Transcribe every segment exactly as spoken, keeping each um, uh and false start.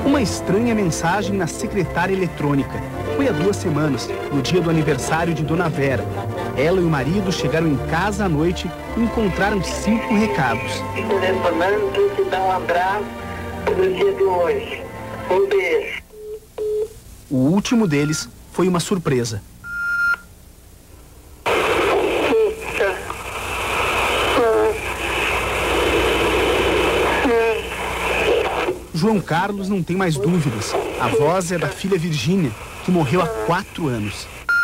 Uma estranha mensagem na secretária eletrônica. Foi há duas semanas, no dia do aniversário de Dona Vera. Ela e o marido chegaram em casa à noite e encontraram cinco recados. Telefonando para te dar um abraço pelo dia de hoje. Um beijo. O último deles foi uma surpresa. João Carlos não tem mais dúvidas. A voz é da filha Virgínia, que morreu há quatro anos.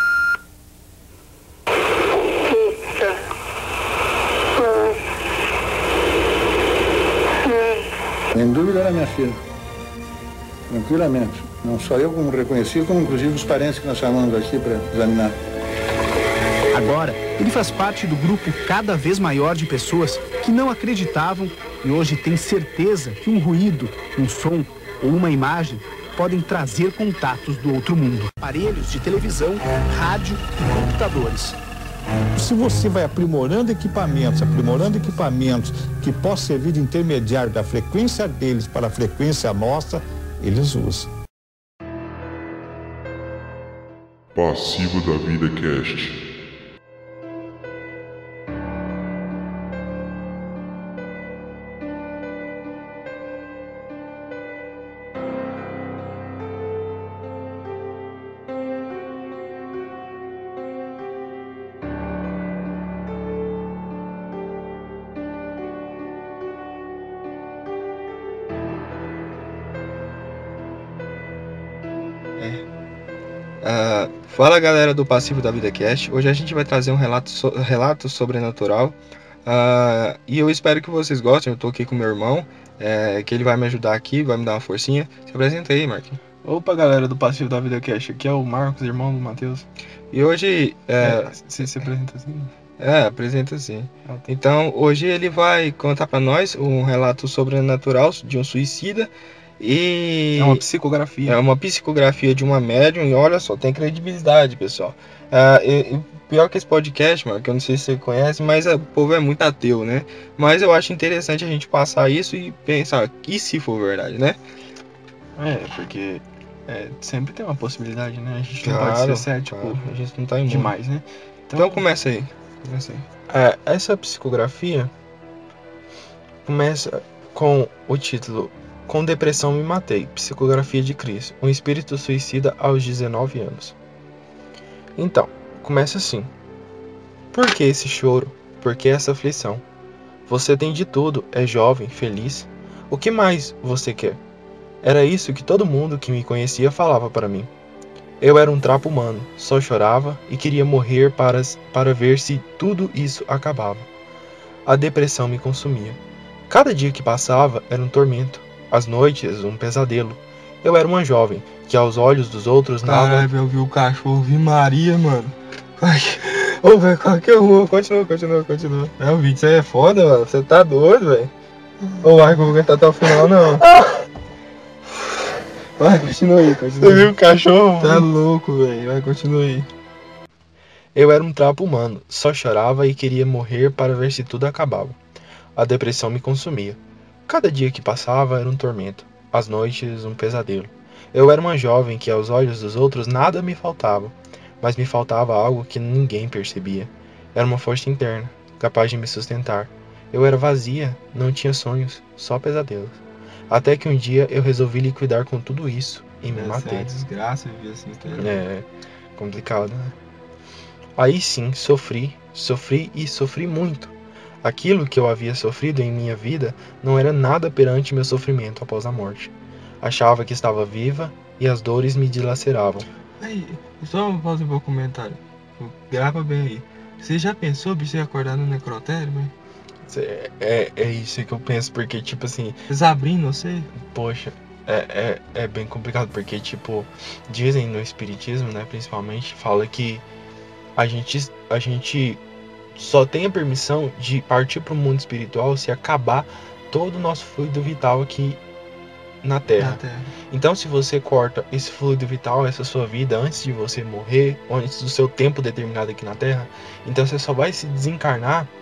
Sem dúvida era minha filha. Tranquilamente. Não só eu como reconheci, como inclusive os parentes que nós chamamos aqui para examinar. Agora, ele faz parte do grupo cada vez maior de pessoas que não acreditavam e hoje têm certeza que um ruído, um som ou uma imagem podem trazer contatos do outro mundo. Aparelhos de televisão, rádio e computadores. Se você vai aprimorando equipamentos, aprimorando equipamentos que possam servir de intermediário da frequência deles para a frequência nossa, eles usam. Passivo da Vida Cast. Uh, fala galera do Passivo da Vida Cast. Hoje a gente vai trazer um relato, so, relato sobrenatural uh, e eu espero que vocês gostem. Eu tô aqui com meu irmão, é, que ele vai me ajudar aqui, vai me dar uma forcinha. Se apresenta aí, Marquinhos. Opa galera do Passivo da Vida Cast, aqui é o Marcos, irmão do Matheus. E hoje... É, você é, se apresenta assim? É, apresenta assim. Então hoje ele vai contar pra nós um relato sobrenatural de um suicida. E é uma psicografia. É uma psicografia de uma médium. E olha só, tem credibilidade, pessoal. Uh, e, e pior que esse podcast, mano, que eu não sei se você conhece, mas o povo é muito ateu, né? Mas eu acho interessante a gente passar isso e pensar, e se for verdade, né? É, porque é, sempre tem uma possibilidade, né? A gente claro, não pode ser cético, claro. A gente não tá imune demais, né? Então, então começa aí. Começa aí. É, essa psicografia começa com o título Com Depressão Me Matei, Psicografia de Cris, um espírito suicida aos dezenove anos. Então, começa assim. Por que esse choro? Por que essa aflição? Você tem de tudo, é jovem, feliz. O que mais você quer? Era isso que todo mundo que me conhecia falava para mim. Eu era um trapo humano, só chorava e queria morrer para, para ver se tudo isso acabava. A depressão me consumia. Cada dia que passava era um tormento. As noites, um pesadelo. Eu era uma jovem, que aos olhos dos outros nada... Caralho, velho, eu vi o cachorro, vi Maria, mano. Ô, velho, qual que é o... Continua, continua, continua. É, o vídeo, isso aí é foda, mano. Você tá doido, velho. Ô, Marco, eu vou aguentar até o final, não. Vai, continua aí, continua. Você viu o cachorro? Tá louco, velho. Vai, continua aí. Eu era um trapo humano, só chorava e queria morrer para ver se tudo acabava. A depressão me consumia. Cada dia que passava era um tormento, as noites um pesadelo. Eu era uma jovem que aos olhos dos outros nada me faltava, mas me faltava algo que ninguém percebia. Era uma força interna, capaz de me sustentar. Eu era vazia, não tinha sonhos, só pesadelos. Até que um dia eu resolvi liquidar com tudo isso e me Essa matei. É desgraça viver assim, tá ligado? É, complicado, né? Aí sim, sofri, sofri e sofri muito. Aquilo que eu havia sofrido em minha vida não era nada perante meu sofrimento após a morte. Achava que estava viva e as dores me dilaceravam. Aí, só uma pausa pro comentário. Grava bem aí. Você já pensou em você acordar no necrotério, mãe? É, é, é isso que eu penso, porque tipo assim... Desabrindo, você? Poxa, é, é, é bem complicado, porque tipo... Dizem no espiritismo, né, principalmente, fala que a gente... A gente só tem a permissão de partir para o mundo espiritual se acabar todo o nosso fluido vital aqui na Terra. na Terra. Então, se você corta esse fluido vital, essa sua vida, antes de você morrer, ou antes do seu tempo determinado aqui na Terra, então você só vai se desencarnar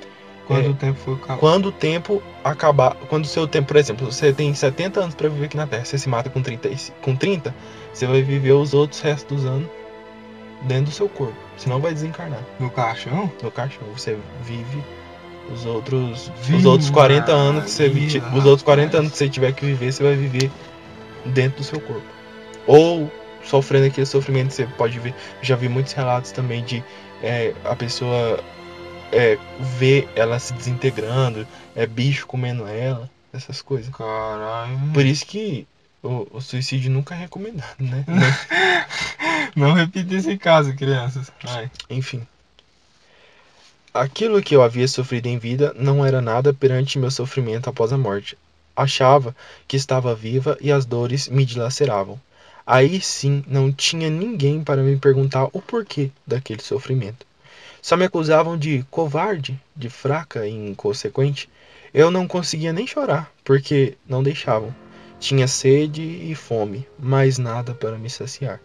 Quando é, o tempo for acabar. Quando o tempo acabar, quando o seu tempo, por exemplo, você tem setenta anos para viver aqui na Terra, você se mata com trinta, com trinta, você vai viver os outros restos dos anos dentro do seu corpo, senão vai desencarnar. No caixão? No caixão, você vive os outros, Viva os outros quarenta anos que você, Maria, os outros quarenta rapaz. anos que você tiver que viver, você vai viver dentro do seu corpo. Ou sofrendo aquele sofrimento, você pode ver, já vi muitos relatos também de é, a pessoa é, ver ela se desintegrando, é bicho comendo ela, essas coisas. Caralho. Por isso que o, o suicídio nunca é recomendado, né? Não repita esse caso, crianças. Ai. Enfim. Aquilo que eu havia sofrido em vida não era nada perante meu sofrimento após a morte. Achava que estava viva e as dores me dilaceravam. Aí sim não tinha ninguém para me perguntar o porquê daquele sofrimento. Só me acusavam de covarde, de fraca e inconsequente. Eu não conseguia nem chorar, porque não deixavam. Tinha sede e fome, mas nada para me saciar.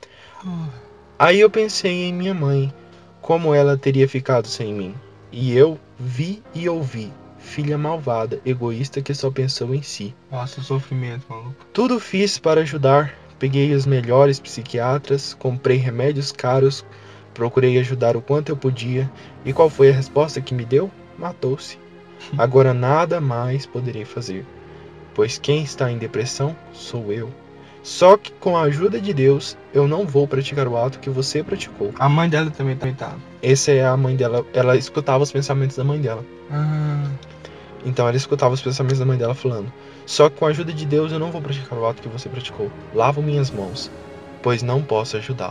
Aí eu pensei em minha mãe, como ela teria ficado sem mim. E eu vi e ouvi, filha malvada, egoísta que só pensou em si. Nossa, o sofrimento, maluco. Tudo fiz para ajudar. Peguei os melhores psiquiatras, comprei remédios caros, procurei ajudar o quanto eu podia. E qual foi a resposta que me deu? Matou-se. Agora nada mais poderei fazer, pois quem está em depressão sou eu. Só que com a ajuda de Deus, eu não vou praticar o ato que você praticou. A mãe dela também estava. Essa é a mãe dela, ela escutava os pensamentos da mãe dela. Ah, Então ela escutava os pensamentos da mãe dela falando: só que com a ajuda de Deus eu não vou praticar o ato que você praticou. Lavo minhas mãos, pois não posso ajudá-lo.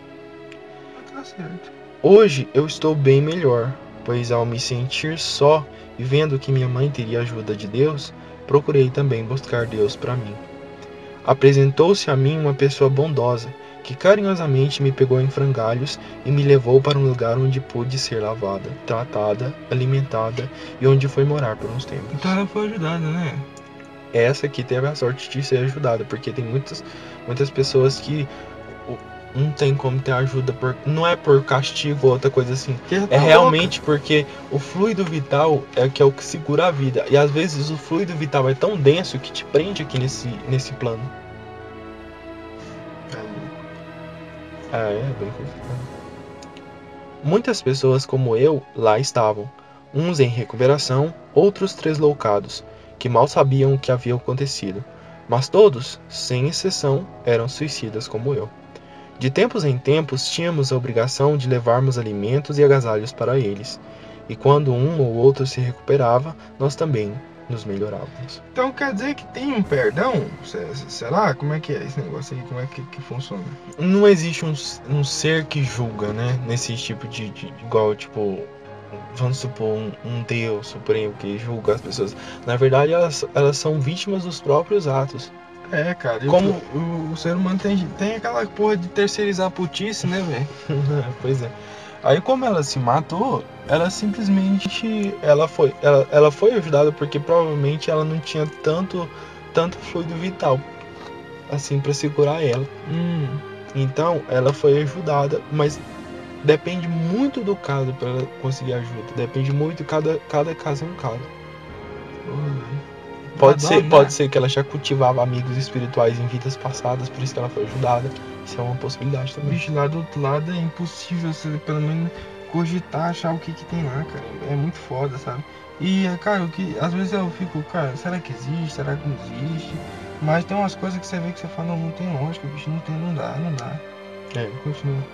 tá certo. Hoje eu estou bem melhor, pois ao me sentir só e vendo que minha mãe teria a ajuda de Deus, procurei também buscar Deus para mim. Apresentou-se a mim uma pessoa bondosa, que carinhosamente me pegou em frangalhos e me levou para um lugar onde pude ser lavada, tratada, alimentada e onde foi morar por uns tempos. Então ela foi ajudada, né? Essa aqui teve a sorte de ser ajudada, porque tem muitas, muitas pessoas que não tem como ter ajuda, por, não é por castigo ou outra coisa assim. É realmente porque o fluido vital é que é o que segura a vida. E às vezes o fluido vital é tão denso que te prende aqui nesse, nesse plano. É, é bem complicado. Muitas pessoas como eu lá estavam, uns em recuperação, outros tresloucados, que mal sabiam o que havia acontecido. Mas todos, sem exceção, eram suicidas como eu. De tempos em tempos, tínhamos a obrigação de levarmos alimentos e agasalhos para eles. E quando um ou outro se recuperava, nós também nos melhorávamos. Então quer dizer que tem um perdão? Sei lá, como é que é esse negócio aí? Como é que, que funciona? Não existe um, um ser que julga, né? Nesse tipo de, de igual, tipo, vamos supor, um, um Deus supremo que julga as pessoas. Na verdade, elas, elas são vítimas dos próprios atos. É, cara, Como o, o, o ser humano tem, tem aquela porra de terceirizar a putice, né, velho? Pois é. Aí como ela se matou, ela simplesmente ela foi, ela, ela foi ajudada porque provavelmente ela não tinha tanto, tanto fluido vital assim para segurar ela. Hum. Então ela foi ajudada, mas depende muito do caso para ela conseguir ajuda. Depende muito, cada, cada caso é um caso. Hum. Pode Dá ser, dó, pode né? ser que ela já cultivava amigos espirituais em vidas passadas, por isso que ela foi ajudada. Isso é uma possibilidade também. Bicho, lá do outro lado é impossível você pelo menos cogitar, achar o que que tem lá, cara. É muito foda, sabe? E, cara, o que às vezes eu fico, cara, será que existe? Será que não existe? Mas tem umas coisas que você vê que você fala, não, não tem lógica, bicho, não tem, não dá, não dá. É. Continua.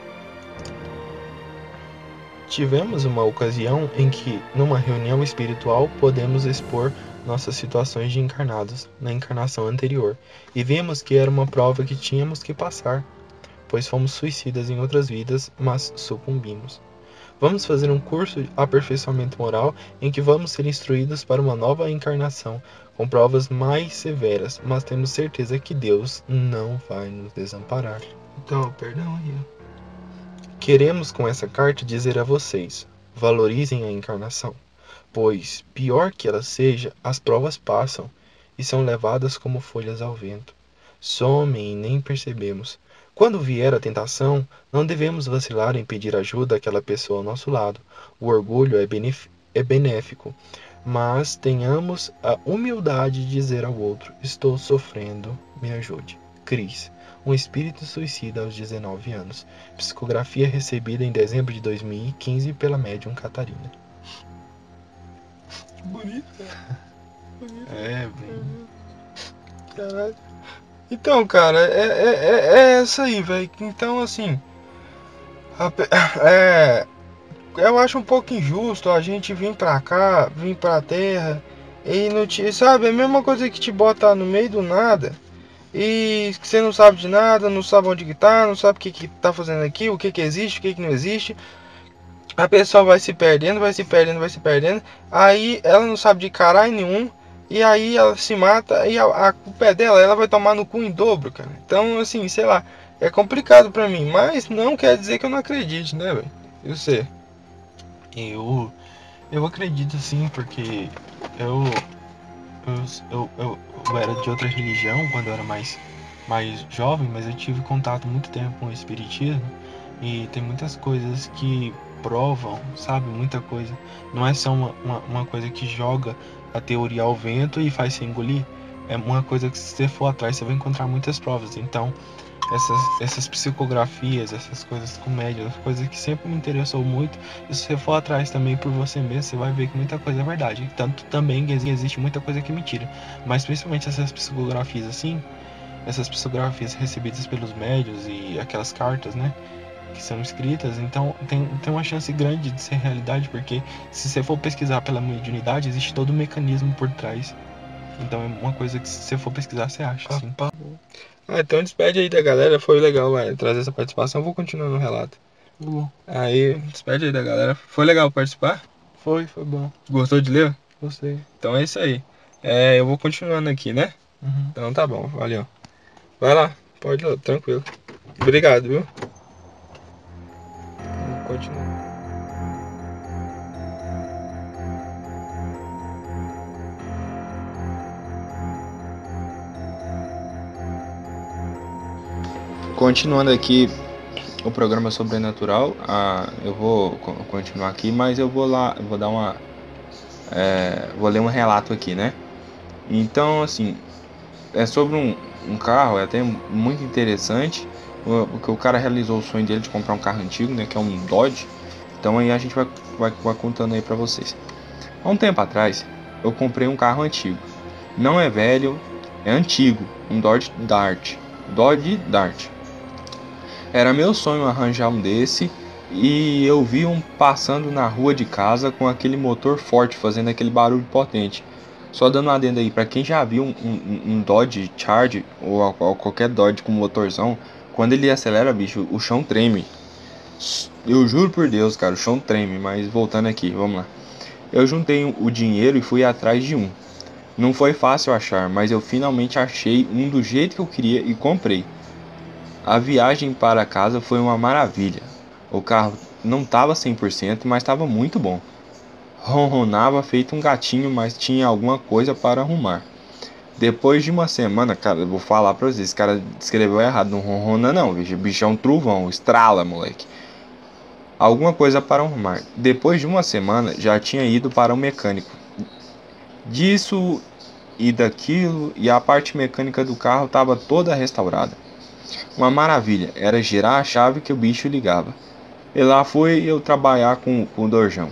Tivemos uma ocasião em que, numa reunião espiritual, podemos expor nossas situações de encarnados na encarnação anterior, e vimos que era uma prova que tínhamos que passar, pois fomos suicidas em outras vidas, mas sucumbimos. Vamos fazer um curso de aperfeiçoamento moral em que vamos ser instruídos para uma nova encarnação, com provas mais severas, mas temos certeza que Deus não vai nos desamparar. Então, perdão aí. Queremos com essa carta dizer a vocês, valorizem a encarnação, pois, pior que ela seja, as provas passam e são levadas como folhas ao vento. Somem e nem percebemos. Quando vier a tentação, não devemos vacilar em pedir ajuda àquela pessoa ao nosso lado. O orgulho é, benef- é benéfico, mas tenhamos a humildade de dizer ao outro: estou sofrendo, me ajude. Cris, um espírito suicida aos dezenove anos. Psicografia recebida em dezembro de dois mil e quinze pela médium Catarina. Que bonito, cara. Bonito. É, bem... Caralho. Então, cara, é, é, é essa aí, velho. Então, assim, a, é, eu acho um pouco injusto a gente vir pra cá, vir pra terra e não te, sabe, é a mesma coisa que te botar no meio do nada e que você não sabe de nada, não sabe onde que tá, não sabe o que que tá fazendo aqui, o que que existe, o que que não existe. A pessoa vai se perdendo, vai se perdendo, vai se perdendo, aí ela não sabe de caralho nenhum. E aí ela se mata e a, a culpa é dela, ela vai tomar no cu em dobro, cara. Então, assim, sei lá, é complicado pra mim, mas não quer dizer que eu não acredite, né, velho? Eu sei. Eu, eu acredito sim, porque eu eu, eu, eu, eu era de outra religião quando eu era mais, mais jovem, mas eu tive contato muito tempo com o espiritismo e tem muitas coisas que provam, sabe, muita coisa. Não é só uma, uma, uma coisa que joga a teoria ao vento e faz você engolir. É uma coisa que se você for atrás você vai encontrar muitas provas. Então essas, essas psicografias, essas coisas com médias, coisas que sempre me interessou muito, e se você for atrás também por você mesmo, você vai ver que muita coisa é verdade. Tanto também existe muita coisa que é mentira, mas principalmente essas psicografias assim, essas psicografias recebidas pelos médios e aquelas cartas, né, que são escritas, então tem, tem uma chance grande de ser realidade, porque se você for pesquisar pela mediunidade, existe todo um mecanismo por trás. Então é uma coisa que se você for pesquisar, você acha, assim. Ah, então despede aí da galera, foi legal, vai, trazer essa participação, vou continuar no relato. Bom. Aí, despede aí da galera, foi legal participar? Foi, foi bom. Gostou de ler? Gostei. Então é isso aí. É, eu vou continuando aqui, né? Uhum. Então tá bom, valeu. Vai lá, pode ir lá, tranquilo. Obrigado, viu? Continua. Continuando aqui o programa Sobrenatural, ah, eu vou continuar aqui, mas eu vou lá, eu vou dar uma, é, vou ler um relato aqui, né? Então, assim, é sobre um, um carro, é até muito interessante, porque o cara realizou o sonho dele de comprar um carro antigo, né, que é um Dodge. Então aí a gente vai, vai, vai contando aí pra vocês. Há um tempo atrás, eu comprei um carro antigo. Não é velho, é antigo, um Dodge Dart. Dodge Dart. Era meu sonho arranjar um desse, e eu vi um passando na rua de casa com aquele motor forte, fazendo aquele barulho potente. Só dando um adendo aí, pra quem já viu um, um, um Dodge Charger, ou, ou qualquer Dodge com motorzão, quando ele acelera, bicho, o chão treme. Eu juro por Deus, cara, o chão treme. Mas voltando aqui, vamos lá. Eu juntei o dinheiro e fui atrás de um. Não foi fácil achar, mas eu finalmente achei um do jeito que eu queria e comprei. A viagem para casa foi uma maravilha. O carro não estava cem por cento, mas estava muito bom. Ronronava feito um gatinho, mas tinha alguma coisa para arrumar. Depois de uma semana, cara, eu vou falar pra vocês, esse cara escreveu errado, não ronrona não, bicho, bicho é um trovão, estrala, moleque. Alguma coisa para arrumar. Depois de uma semana, já tinha ido para o mecânico. Disso e daquilo, e a parte mecânica do carro estava toda restaurada. Uma maravilha, era girar a chave que o bicho ligava. E lá fui eu trabalhar com, com o Dorjão.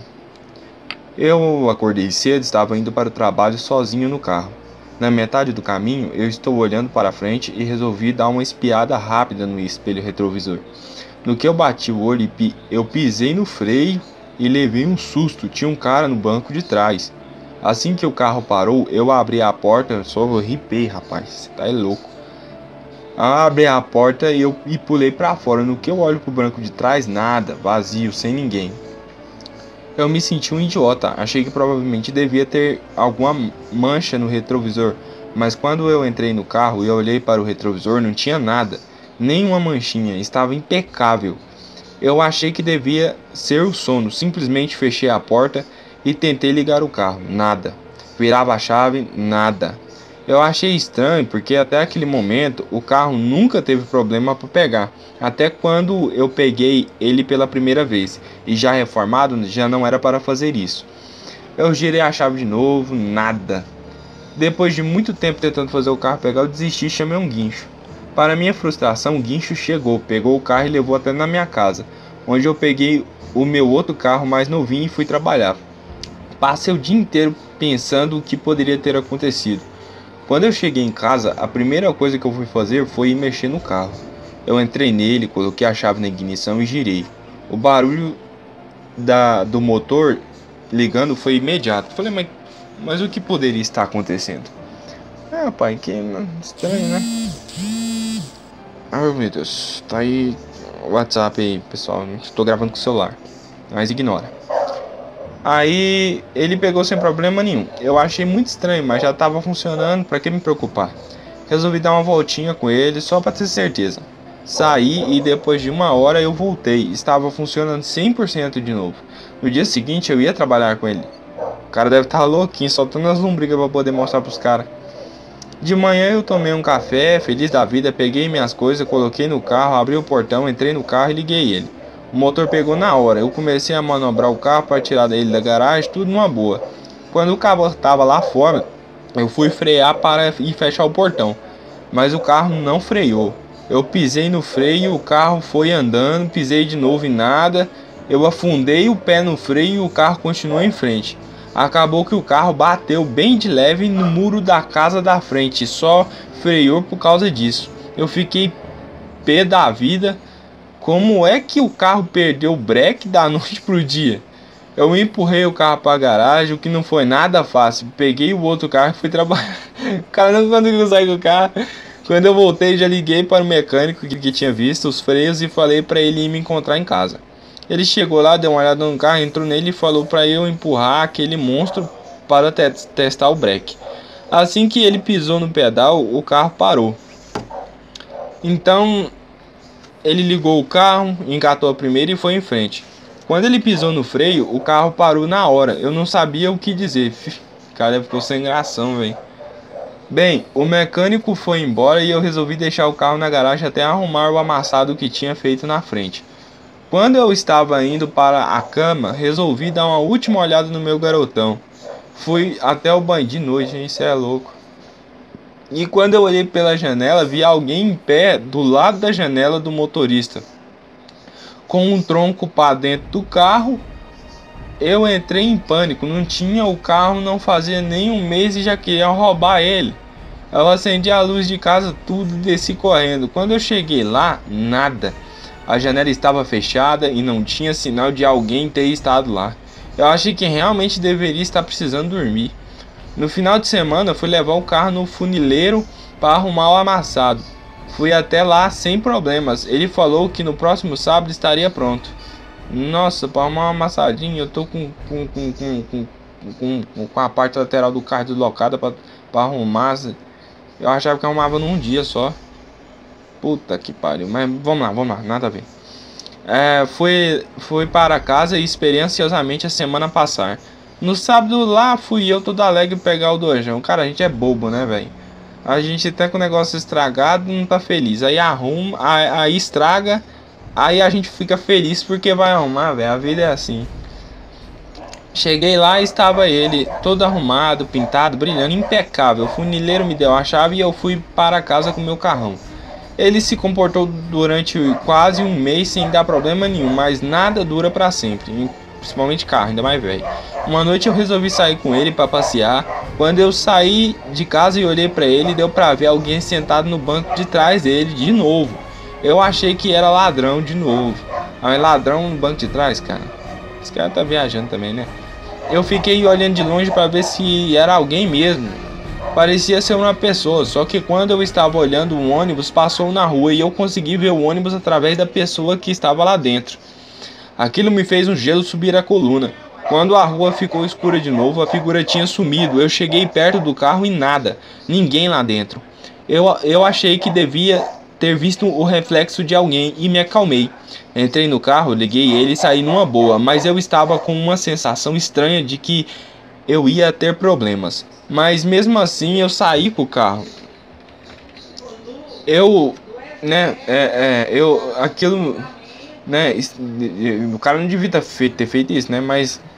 Eu acordei cedo, estava indo para o trabalho sozinho no carro. Na metade do caminho, eu estou olhando para frente e resolvi dar uma espiada rápida no espelho retrovisor. No que eu bati o olho, eu pisei no freio e levei um susto. Tinha um cara no banco de trás. Assim que o carro parou, eu abri a porta, só ripei, rapaz, você tá é louco. Abri a porta e eu e pulei para fora. No que eu olho pro banco de trás, nada, vazio, sem ninguém. Eu me senti um idiota, achei que provavelmente devia ter alguma mancha no retrovisor, mas quando eu entrei no carro e olhei para o retrovisor, não tinha nada, nenhuma manchinha, estava impecável. Eu achei que devia ser o sono, simplesmente fechei a porta e tentei ligar o carro, nada. Virava a chave, nada. Eu achei estranho porque até aquele momento o carro nunca teve problema para pegar, até quando eu peguei ele pela primeira vez, e já reformado já não era para fazer isso. Eu girei a chave de novo, nada. Depois de muito tempo tentando fazer o carro pegar, eu desisti e chamei um guincho. Para minha frustração, o guincho chegou, pegou o carro e levou até na minha casa, onde eu peguei o meu outro carro mais novinho e fui trabalhar. Passei o dia inteiro pensando o que poderia ter acontecido. Quando eu cheguei em casa, a primeira coisa que eu fui fazer foi ir mexer no carro. Eu entrei nele, coloquei a chave na ignição e girei. O barulho da, do motor ligando foi imediato. Falei, mas, mas o que poderia estar acontecendo? É, pai, que estranho, né? Ai, meu Deus, tá aí o WhatsApp aí, pessoal. Estou gravando com o celular, mas ignora. Aí ele pegou sem problema nenhum. Eu achei muito estranho, mas já estava funcionando, pra que me preocupar? Resolvi dar uma voltinha com ele só para ter certeza. Saí e depois de uma hora eu voltei. Estava funcionando cem por cento de novo. No dia seguinte eu ia trabalhar com ele. O cara deve estar louquinho, soltando as lombrigas para poder mostrar pros caras. De manhã eu tomei um café, feliz da vida, peguei minhas coisas, coloquei no carro, abri o portão, entrei no carro e liguei ele. O motor pegou na hora, eu comecei a manobrar o carro para tirar ele da garagem, tudo numa boa. Quando o carro estava lá fora, eu fui frear para ir fechar o portão, mas o carro não freou. Eu pisei no freio, o carro foi andando, pisei de novo e nada, eu afundei o pé no freio e o carro continuou em frente. Acabou que o carro bateu bem de leve no muro da casa da frente, só freou por causa disso. Eu fiquei pé da vida. Como é que o carro perdeu o breque da noite pro dia? Eu empurrei o carro para a garagem, o que não foi nada fácil. Peguei o outro carro e fui trabalhar. O cara não conseguiu sair com o carro. Quando eu voltei, já liguei para o mecânico que tinha visto os freios e falei para ele ir me encontrar em casa. Ele chegou lá, deu uma olhada no carro, entrou nele e falou para eu empurrar aquele monstro para te testar o breque. Assim que ele pisou no pedal, o carro parou. Então ele ligou o carro, engatou a primeira e foi em frente. Quando ele pisou no freio, o carro parou na hora. Eu não sabia o que dizer. O cara ficou sem gração, velho. Bem, o mecânico foi embora e eu resolvi deixar o carro na garagem até arrumar o amassado que tinha feito na frente. Quando eu estava indo para a cama, resolvi dar uma última olhada no meu garotão. Fui até o banho de noite, hein? Isso é louco. E quando eu olhei pela janela, vi alguém em pé do lado da janela do motorista, com um tronco para dentro do carro. Eu entrei em pânico, não tinha o carro, não fazia nem um mês e já queriam roubar ele. Eu acendi a luz de casa, tudo, e desci correndo. Quando eu cheguei lá, nada. A janela estava fechada e não tinha sinal de alguém ter estado lá. Eu achei que realmente deveria estar precisando dormir. No final de semana, fui levar o carro no funileiro para arrumar o amassado. Fui até lá sem problemas. Ele falou que no próximo sábado estaria pronto. Nossa, para arrumar um amassadinho, eu tô com, com, com, com, com, com, com a parte lateral do carro deslocada para arrumar. Eu achava que arrumava num dia só. Puta que pariu. Mas vamos lá, vamos lá, nada a ver. É, fui, fui para casa e esperei ansiosamente a semana passar. No sábado lá fui eu todo alegre pegar o dojão. Cara, a gente é bobo, né, velho? A gente tá com o negócio estragado e não tá feliz. Aí arruma, aí, aí estraga. Aí a gente fica feliz porque vai arrumar, velho. A vida é assim. Cheguei lá e estava ele todo arrumado, pintado, brilhando, impecável. O funileiro me deu a chave e eu fui para casa com meu carrão. Ele se comportou durante quase um mês sem dar problema nenhum, mas nada dura para sempre, principalmente carro, ainda mais velho. Uma noite eu resolvi sair com ele para passear. Quando eu saí de casa e olhei para ele, deu para ver alguém sentado no banco de trás dele de novo. Eu achei que era ladrão de novo. Ah, mas ladrão no banco de trás, cara. Esse cara tá viajando também, né? Eu fiquei olhando de longe para ver se era alguém mesmo. Parecia ser uma pessoa, só que quando eu estava olhando, um ônibus passou na rua e eu consegui ver o ônibus através da pessoa que estava lá dentro. Aquilo me fez um gelo subir a coluna. Quando a rua ficou escura de novo, a figura tinha sumido. Eu cheguei perto do carro e nada, ninguém lá dentro. Eu, eu achei que devia ter visto o reflexo de alguém e me acalmei. Entrei no carro, liguei ele e saí numa boa, mas eu estava com uma sensação estranha de que eu ia ter problemas. Mas mesmo assim eu saí com o carro. Eu, né, é, é, eu, aquilo, né, o cara não devia ter feito, ter feito isso, né, mas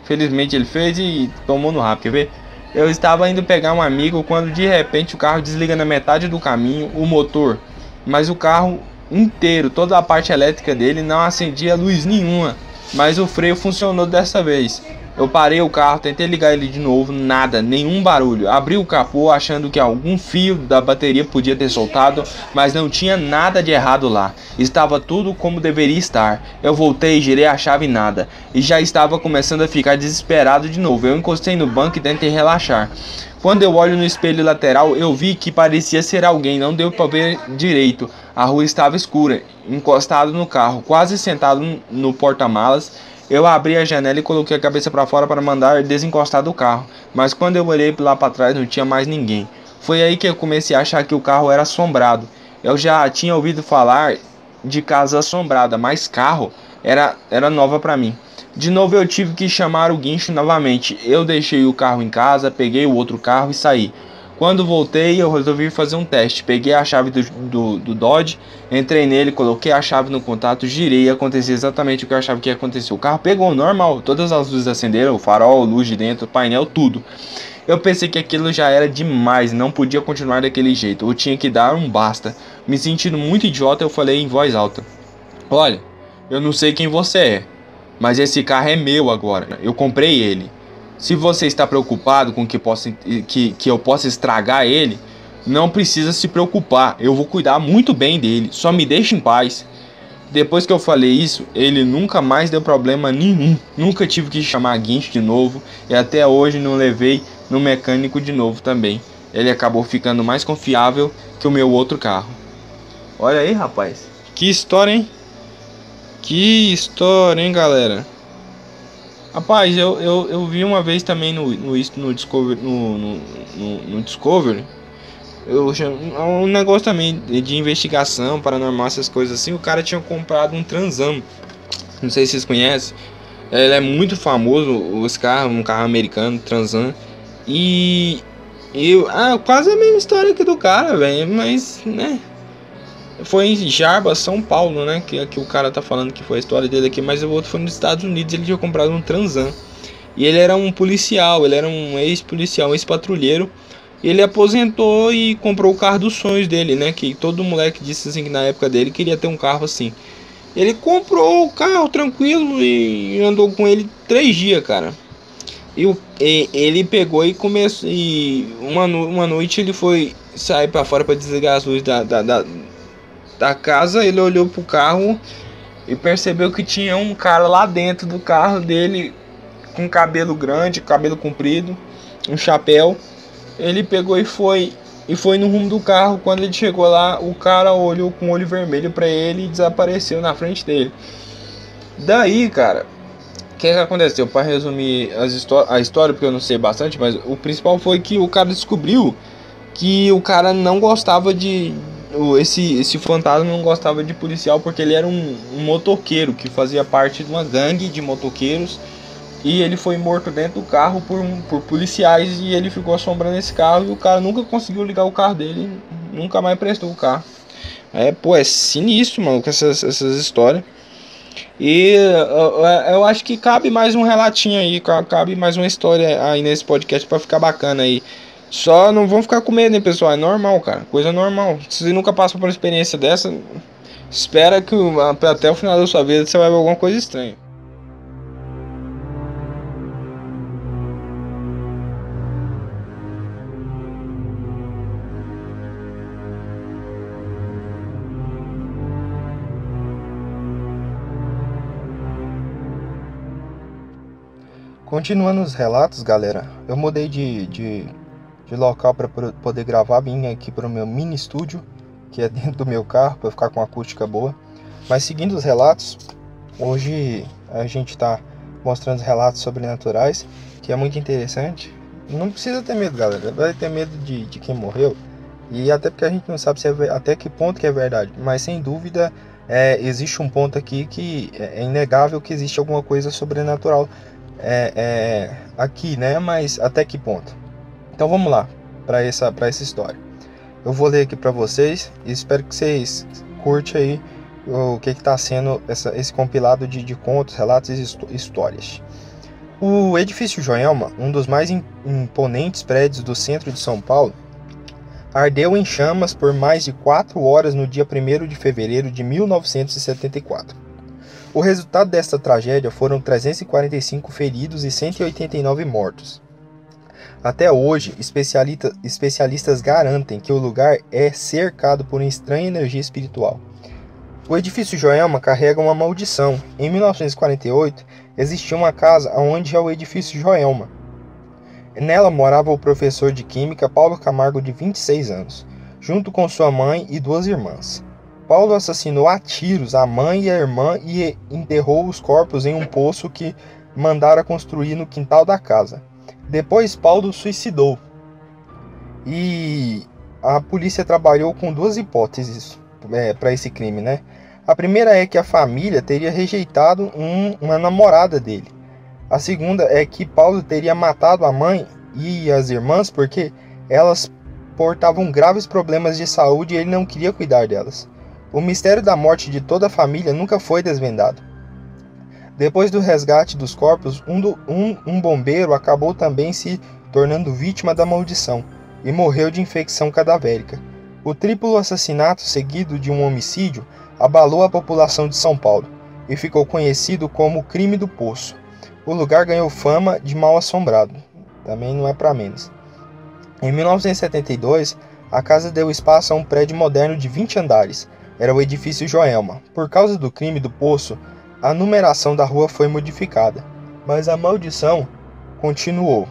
Felizmente ele fez e tomou no rabo, quer ver? Eu estava indo pegar um amigo quando de repente o carro desliga na metade do caminho, o motor, mas o carro inteiro, toda a parte elétrica dele não acendia luz nenhuma, mas o freio funcionou dessa vez. Eu parei o carro, tentei ligar ele de novo, nada, nenhum barulho. Abri o capô achando que algum fio da bateria podia ter soltado, mas não tinha nada de errado lá. Estava tudo como deveria estar. Eu voltei, girei a chave e nada. E já estava começando a ficar desesperado de novo. Eu encostei no banco e tentei relaxar. Quando eu olho no espelho lateral, eu vi que parecia ser alguém, não deu para ver direito. A rua estava escura, encostado no carro, quase sentado no porta-malas. Eu abri a janela e coloquei a cabeça para fora para mandar desencostar do carro, mas quando eu olhei lá para trás não tinha mais ninguém. Foi aí que eu comecei a achar que o carro era assombrado. Eu já tinha ouvido falar de casa assombrada, mas carro era, era nova para mim. De novo eu tive que chamar o guincho novamente. Eu deixei o carro em casa, peguei o outro carro e saí. Quando voltei, eu resolvi fazer um teste. Peguei a chave do, do, do Dodge, entrei nele, coloquei a chave no contato, girei e aconteceu exatamente o que eu achava que ia acontecer. O carro pegou normal, todas as luzes acenderam, o farol, luz de dentro, painel, tudo. Eu pensei que aquilo já era demais, não podia continuar daquele jeito, eu tinha que dar um basta. Me sentindo muito idiota, eu falei em voz alta: olha, eu não sei quem você é, mas esse carro é meu agora, eu comprei ele. Se você está preocupado com que, possa, que, que eu possa estragar ele, não precisa se preocupar, eu vou cuidar muito bem dele, só me deixe em paz. Depois que eu falei isso, ele nunca mais deu problema nenhum, nunca tive que chamar guincho de novo e até hoje não levei no mecânico de novo também. Ele acabou ficando mais confiável que o meu outro carro. Olha aí, rapaz, que história, hein? Que história, hein, galera? Rapaz, eu, eu, eu vi uma vez também no, no, no Discovery, no, no, no, no Discovery, eu, um negócio também de investigação paranormal, essas coisas assim. O cara tinha comprado um Transam, não sei se vocês conhecem, ele é muito famoso, os carros, um carro americano, Transam. E, e ah, quase a mesma história que do cara, velho, mas, né, foi em Jarbas, São Paulo, né, que, que o cara tá falando que foi a história dele aqui, mas o outro foi nos Estados Unidos. Ele tinha comprado um Transam e ele era um policial, ele era um ex-policial, um ex-patrulheiro. Ele aposentou e comprou o carro dos sonhos dele, né, que todo moleque disse assim que na época dele queria ter um carro assim. Ele comprou o carro tranquilo e andou com ele três dias, cara. E, o, e ele pegou e começou, e uma, uma noite ele foi sair para fora para desligar as luzes da, da, da da casa. Ele olhou pro carro e percebeu que tinha um cara lá dentro do carro dele com cabelo grande, cabelo comprido, um chapéu. Ele pegou e foi e foi no rumo do carro. Quando ele chegou lá, o cara olhou com o olho vermelho pra ele e desapareceu na frente dele. Daí, cara, o que, que aconteceu? Para resumir as a história, porque eu não sei bastante, mas o principal foi que o cara descobriu que o cara não gostava de Esse, esse fantasma não gostava de policial, porque ele era um, um motoqueiro que fazia parte de uma gangue de motoqueiros. E ele foi morto dentro do carro por, por policiais. E ele ficou assombrando esse carro. E o cara nunca conseguiu ligar o carro dele. Nunca mais prestou o carro. É, pô, é sinistro, mano, com essas, essas histórias. E eu, eu acho que cabe mais um relatinho aí. Cabe mais uma história aí nesse podcast pra ficar bacana aí. Só não vão ficar com medo, hein, pessoal? É normal, cara. Coisa normal. Se você nunca passou por uma experiência dessa, espera que até o final da sua vida você vai ver alguma coisa estranha. Continuando os relatos, galera, eu mudei de... de... de local para poder gravar, vim aqui para o meu mini estúdio, que é dentro do meu carro, para ficar com uma acústica boa. Mas seguindo os relatos, hoje a gente está mostrando os relatos sobrenaturais, que é muito interessante. Não precisa ter medo, galera, vai ter medo de, de quem morreu, e até porque a gente não sabe se é, até que ponto que é verdade, mas sem dúvida é, existe um ponto aqui que é inegável que existe alguma coisa sobrenatural é, é, aqui, né? Mas até que ponto? Então vamos lá para essa, para essa história. Eu vou ler aqui para vocês e espero que vocês curtem aí o que está sendo essa, esse compilado de, de contos, relatos e histórias. O edifício Joelma, um dos mais imponentes prédios do centro de São Paulo, ardeu em chamas por mais de quatro horas no dia primeiro de fevereiro de mil novecentos e setenta e quatro. O resultado desta tragédia foram trezentos e quarenta e cinco feridos e cento e oitenta e nove mortos. Até hoje, especialista, especialistas garantem que o lugar é cercado por uma estranha energia espiritual. O edifício Joelma carrega uma maldição. Em mil novecentos e quarenta e oito, existia uma casa onde é o edifício Joelma. Nela morava o professor de química Paulo Camargo, de vinte e seis anos, junto com sua mãe e duas irmãs. Paulo assassinou a tiros a mãe e a irmã e enterrou os corpos em um poço que mandara construir no quintal da casa. Depois, Paulo suicidou. E a polícia trabalhou com duas hipóteses é, para esse crime, né? A primeira é que a família teria rejeitado um, uma namorada dele. A segunda é que Paulo teria matado a mãe e as irmãs porque elas portavam graves problemas de saúde e ele não queria cuidar delas. O mistério da morte de toda a família nunca foi desvendado. Depois do resgate dos corpos, um, do, um, um bombeiro acabou também se tornando vítima da maldição e morreu de infecção cadavérica. O triplo assassinato seguido de um homicídio abalou a população de São Paulo e ficou conhecido como o crime do Poço. O lugar ganhou fama de mal assombrado, também não é para menos. Em mil novecentos e setenta e dois, a casa deu espaço a um prédio moderno de vinte andares. Era o edifício Joelma. Por causa do crime do Poço, a numeração da rua foi modificada, mas a maldição continuou.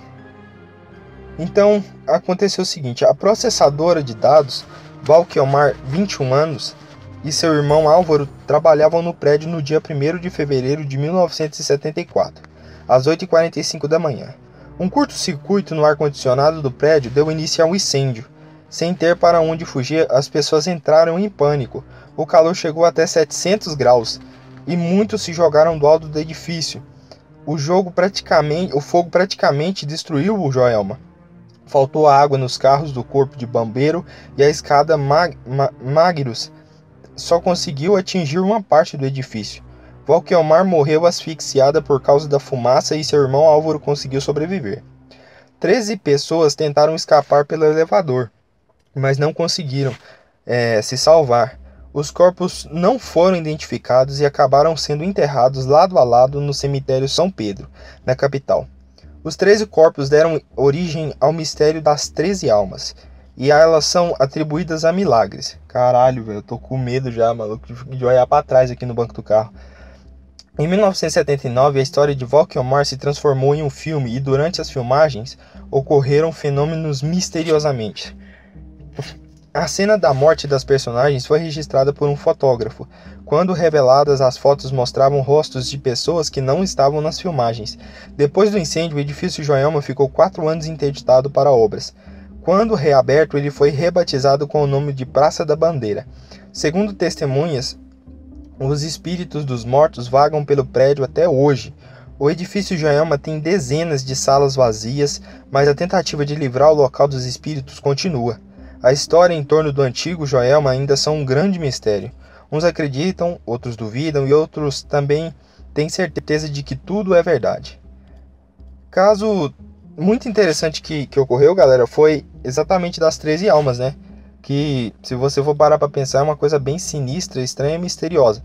Então, aconteceu o seguinte: a processadora de dados, Valquelmar, vinte e um anos, e seu irmão Álvaro trabalhavam no prédio no dia primeiro de fevereiro de mil novecentos e setenta e quatro, às oito e quarenta e cinco da manhã. Um curto-circuito no ar-condicionado do prédio deu início ao incêndio. Sem ter para onde fugir, as pessoas entraram em pânico. O calor chegou até setecentos graus e muitos se jogaram do alto do edifício. O, jogo praticamente, o fogo praticamente destruiu o Joelma. Faltou água nos carros do corpo de bombeiro e a escada Mag, Ma, Magirus só conseguiu atingir uma parte do edifício. Valquelmar morreu asfixiada por causa da fumaça e seu irmão Álvaro conseguiu sobreviver. Treze pessoas tentaram escapar pelo elevador, mas não conseguiram é, se salvar. Os corpos não foram identificados e acabaram sendo enterrados lado a lado no cemitério São Pedro, na capital. Os treze corpos deram origem ao mistério das treze almas, e elas são atribuídas a milagres. Caralho, velho, eu tô com medo já, maluco, de olhar pra trás aqui no banco do carro. Em mil novecentos e setenta e nove, a história de Valquelmar se transformou em um filme e durante as filmagens ocorreram fenômenos misteriosamente. A cena da morte das personagens foi registrada por um fotógrafo. Quando reveladas, as fotos mostravam rostos de pessoas que não estavam nas filmagens. Depois do incêndio, o edifício Joelma ficou quatro anos interditado para obras. Quando reaberto, ele foi rebatizado com o nome de Praça da Bandeira. Segundo testemunhas, os espíritos dos mortos vagam pelo prédio até hoje. O edifício Joelma tem dezenas de salas vazias, mas a tentativa de livrar o local dos espíritos continua. A história em torno do antigo Joelma ainda são um grande mistério. Uns acreditam, outros duvidam e outros também têm certeza de que tudo é verdade. Caso muito interessante que, que ocorreu, galera, foi exatamente das treze almas, né? Que, se você for parar para pensar, é uma coisa bem sinistra, estranha e misteriosa.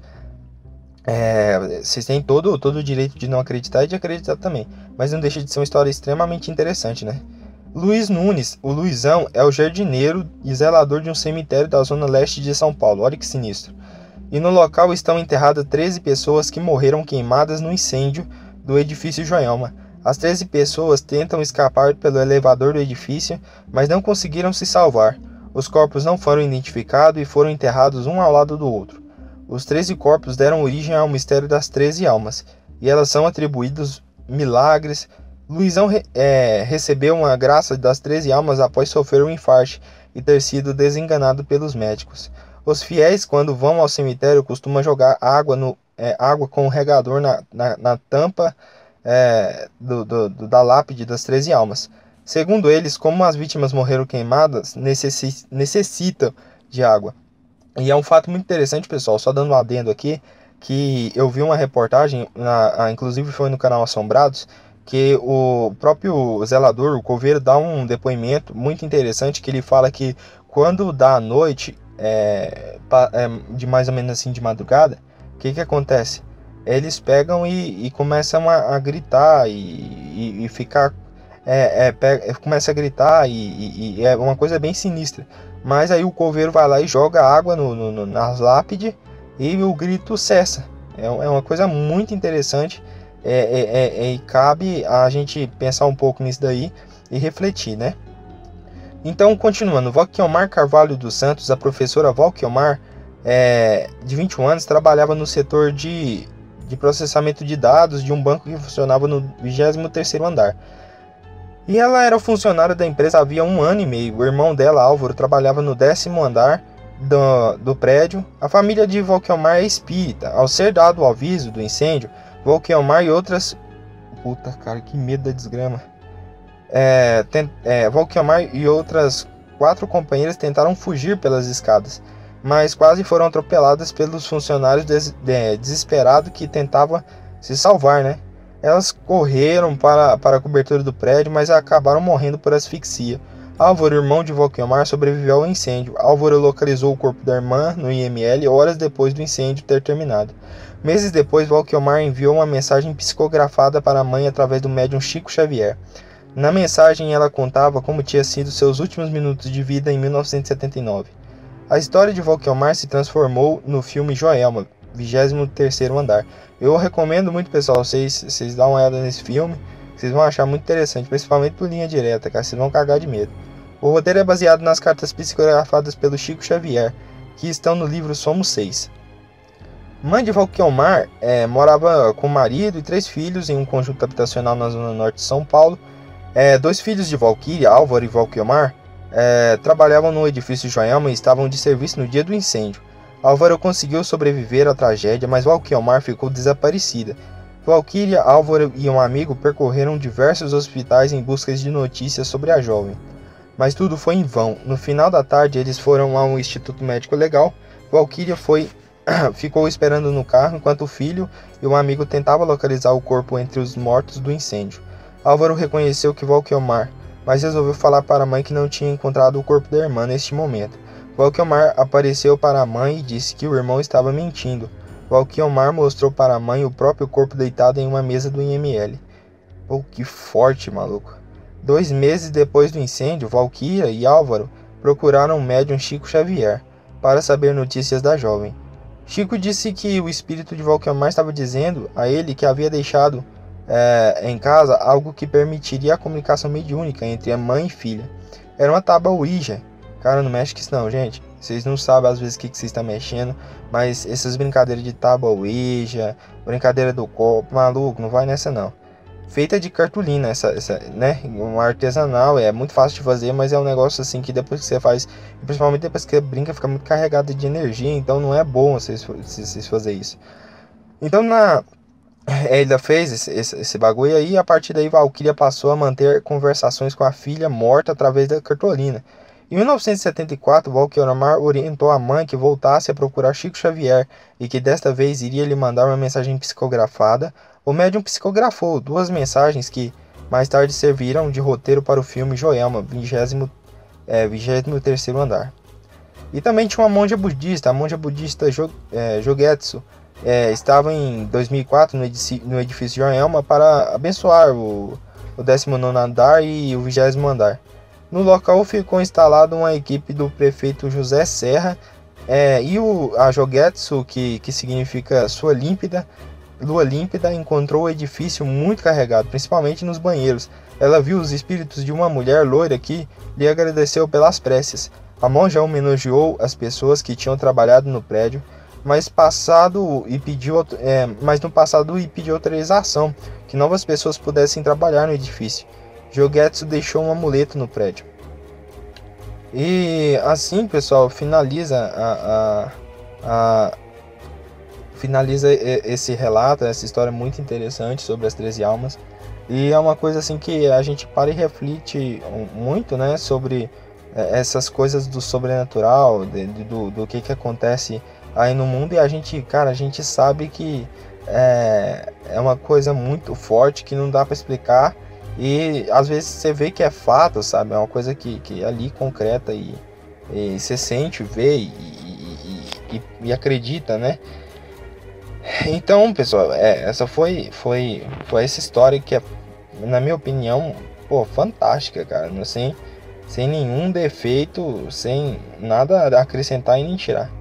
É, vocês têm todo, todo o direito de não acreditar e de acreditar também, mas não deixa de ser uma história extremamente interessante, né? Luiz Nunes, o Luizão, é o jardineiro e zelador de um cemitério da zona leste de São Paulo. Olha que sinistro. E no local estão enterradas treze pessoas que morreram queimadas no incêndio do edifício Joelma. As treze pessoas tentam escapar pelo elevador do edifício, mas não conseguiram se salvar. Os corpos não foram identificados e foram enterrados um ao lado do outro. Os treze corpos deram origem ao mistério das treze almas, e elas são atribuídas milagres. Luizão é, recebeu uma graça das treze almas após sofrer um infarto e ter sido desenganado pelos médicos. Os fiéis, quando vão ao cemitério, costumam jogar água, no, é, água com um regador na, na, na tampa é, do, do, do, da lápide das treze almas. Segundo eles, como as vítimas morreram queimadas, necessi, necessitam de água. E é um fato muito interessante, pessoal, só dando um adendo aqui, que eu vi uma reportagem, na, inclusive foi no canal Assombrados, que o próprio zelador, o coveiro, dá um depoimento muito interessante, que ele fala que quando dá a noite, é, de mais ou menos assim de madrugada, o que que acontece? Eles pegam e, e começam a, a gritar e, e, e ficar, é, é, pega, começa a gritar e, e, e é uma coisa bem sinistra. Mas aí o coveiro vai lá e joga água no, no, nas lápides e o grito cessa. É, é uma coisa muito interessante. É, é, é, e cabe a gente pensar um pouco nisso daí e refletir, né? Então, continuando, Valquiomar Carvalho dos Santos, a professora Valquiomar, é, de vinte e um anos, trabalhava no setor de, de processamento de dados de um banco que funcionava no vigésimo terceiro andar. E ela era funcionária da empresa havia um ano e meio. O irmão dela, Álvaro, trabalhava no décimo andar do, do prédio. A família de Valquiomar é espírita. Ao ser dado o aviso do incêndio, Valquiomar e outras... Puta, cara, que medo da desgrama. É, tem, é, Valquiomar e outras quatro companheiras tentaram fugir pelas escadas, mas quase foram atropeladas pelos funcionários des, de, desesperados que tentavam se salvar, né? Elas correram para, para a cobertura do prédio, mas acabaram morrendo por asfixia. Álvaro, irmão de Valquiomar, sobreviveu ao incêndio. Álvaro localizou o corpo da irmã no I M L horas depois do incêndio ter terminado. Meses depois, Valquiomar enviou uma mensagem psicografada para a mãe através do médium Chico Xavier. Na mensagem, ela contava como tinha sido seus últimos minutos de vida em mil novecentos e setenta e nove. A história de Valquiomar se transformou no filme Joelma, vigésimo terceiro andar. Eu recomendo muito, pessoal, vocês, vocês dão uma olhada nesse filme, vocês vão achar muito interessante, principalmente por linha direta, cara, vocês vão cagar de medo. O roteiro é baseado nas cartas psicografadas pelo Chico Xavier, que estão no livro Somos Seis. Mãe de Valquiomar é, morava com o marido e três filhos em um conjunto habitacional na zona norte de São Paulo. É, dois filhos de Valquíria, Álvaro e Valquiomar, é, trabalhavam no edifício Joelma e estavam de serviço no dia do incêndio. Álvaro conseguiu sobreviver à tragédia, mas Valquiomar ficou desaparecida. Valquíria, Álvaro e um amigo percorreram diversos hospitais em busca de notícias sobre a jovem. Mas tudo foi em vão. No final da tarde, eles foram ao Instituto Médico Legal. Valquíria foi... ficou esperando no carro enquanto o filho e um amigo tentavam localizar o corpo entre os mortos do incêndio. Álvaro reconheceu que Valquiomar, mas resolveu falar para a mãe que não tinha encontrado o corpo da irmã neste momento. Valquiomar apareceu para a mãe e disse que o irmão estava mentindo. Valquiomar mostrou para a mãe o próprio corpo deitado em uma mesa do I M L. Pô, que forte, maluco. Dois meses depois do incêndio, Valquíria e Álvaro procuraram o médium Chico Xavier para saber notícias da jovem. Chico disse que o espírito de Valquiomar estava dizendo a ele que havia deixado é, em casa algo que permitiria a comunicação mediúnica entre a mãe e filha. Era uma tábua Ouija. Cara, não mexe com isso não, gente. Vocês não sabem às vezes o que, que vocês estão mexendo, mas essas brincadeiras de tábua Ouija, brincadeira do copo, maluco, não vai nessa não. Feita de cartolina, essa, essa, né? Um artesanal, é muito fácil de fazer, mas é um negócio assim que depois que você faz, principalmente depois que você brinca, fica muito carregado de energia, então não é bom vocês, vocês fazerem isso. Então na... ele fez esse, esse, esse bagulho aí, e a partir daí Valquíria passou a manter conversações com a filha morta através da cartolina. Em mil novecentos e setenta e quatro, Valquiomar orientou a mãe que voltasse a procurar Chico Xavier e que desta vez iria lhe mandar uma mensagem psicografada. O médium psicografou duas mensagens que mais tarde serviram de roteiro para o filme Joelma, vigésimo terceiro andar. E também tinha uma monja budista, a monja budista jo, é, Jogetsu, é, estava em dois mil e quatro no edifício, no edifício Joelma para abençoar o, o décimo nono andar e o vigésimo andar. No local ficou instalada uma equipe do prefeito José Serra é, e o, a Jogetsu, que, que significa sua límpida, lua límpida, encontrou o edifício muito carregado, principalmente nos banheiros. Ela viu os espíritos de uma mulher loira que lhe agradeceu pelas preces. A monja homenageou as pessoas que tinham trabalhado no prédio, mas, passado e pediu, é, mas no passado e pediu autorização que novas pessoas pudessem trabalhar no edifício. Jogetsu deixou um amuleto no prédio. E assim, pessoal, finaliza a, a, a finaliza esse relato, essa história muito interessante sobre as treze almas. E é uma coisa assim que a gente para e reflete muito, né, sobre essas coisas do sobrenatural, de, do, do que que acontece aí no mundo. E a gente, cara, a gente sabe que é, é uma coisa muito forte que não dá para explicar. E às vezes você vê que é fato, sabe? É uma coisa que, que é ali concreta e, e você sente, vê e, e, e, e acredita, né? Então, pessoal, é, essa foi, foi, foi essa história que é, na minha opinião, pô, fantástica, cara. Sem, sem nenhum defeito, sem nada a acrescentar e nem tirar.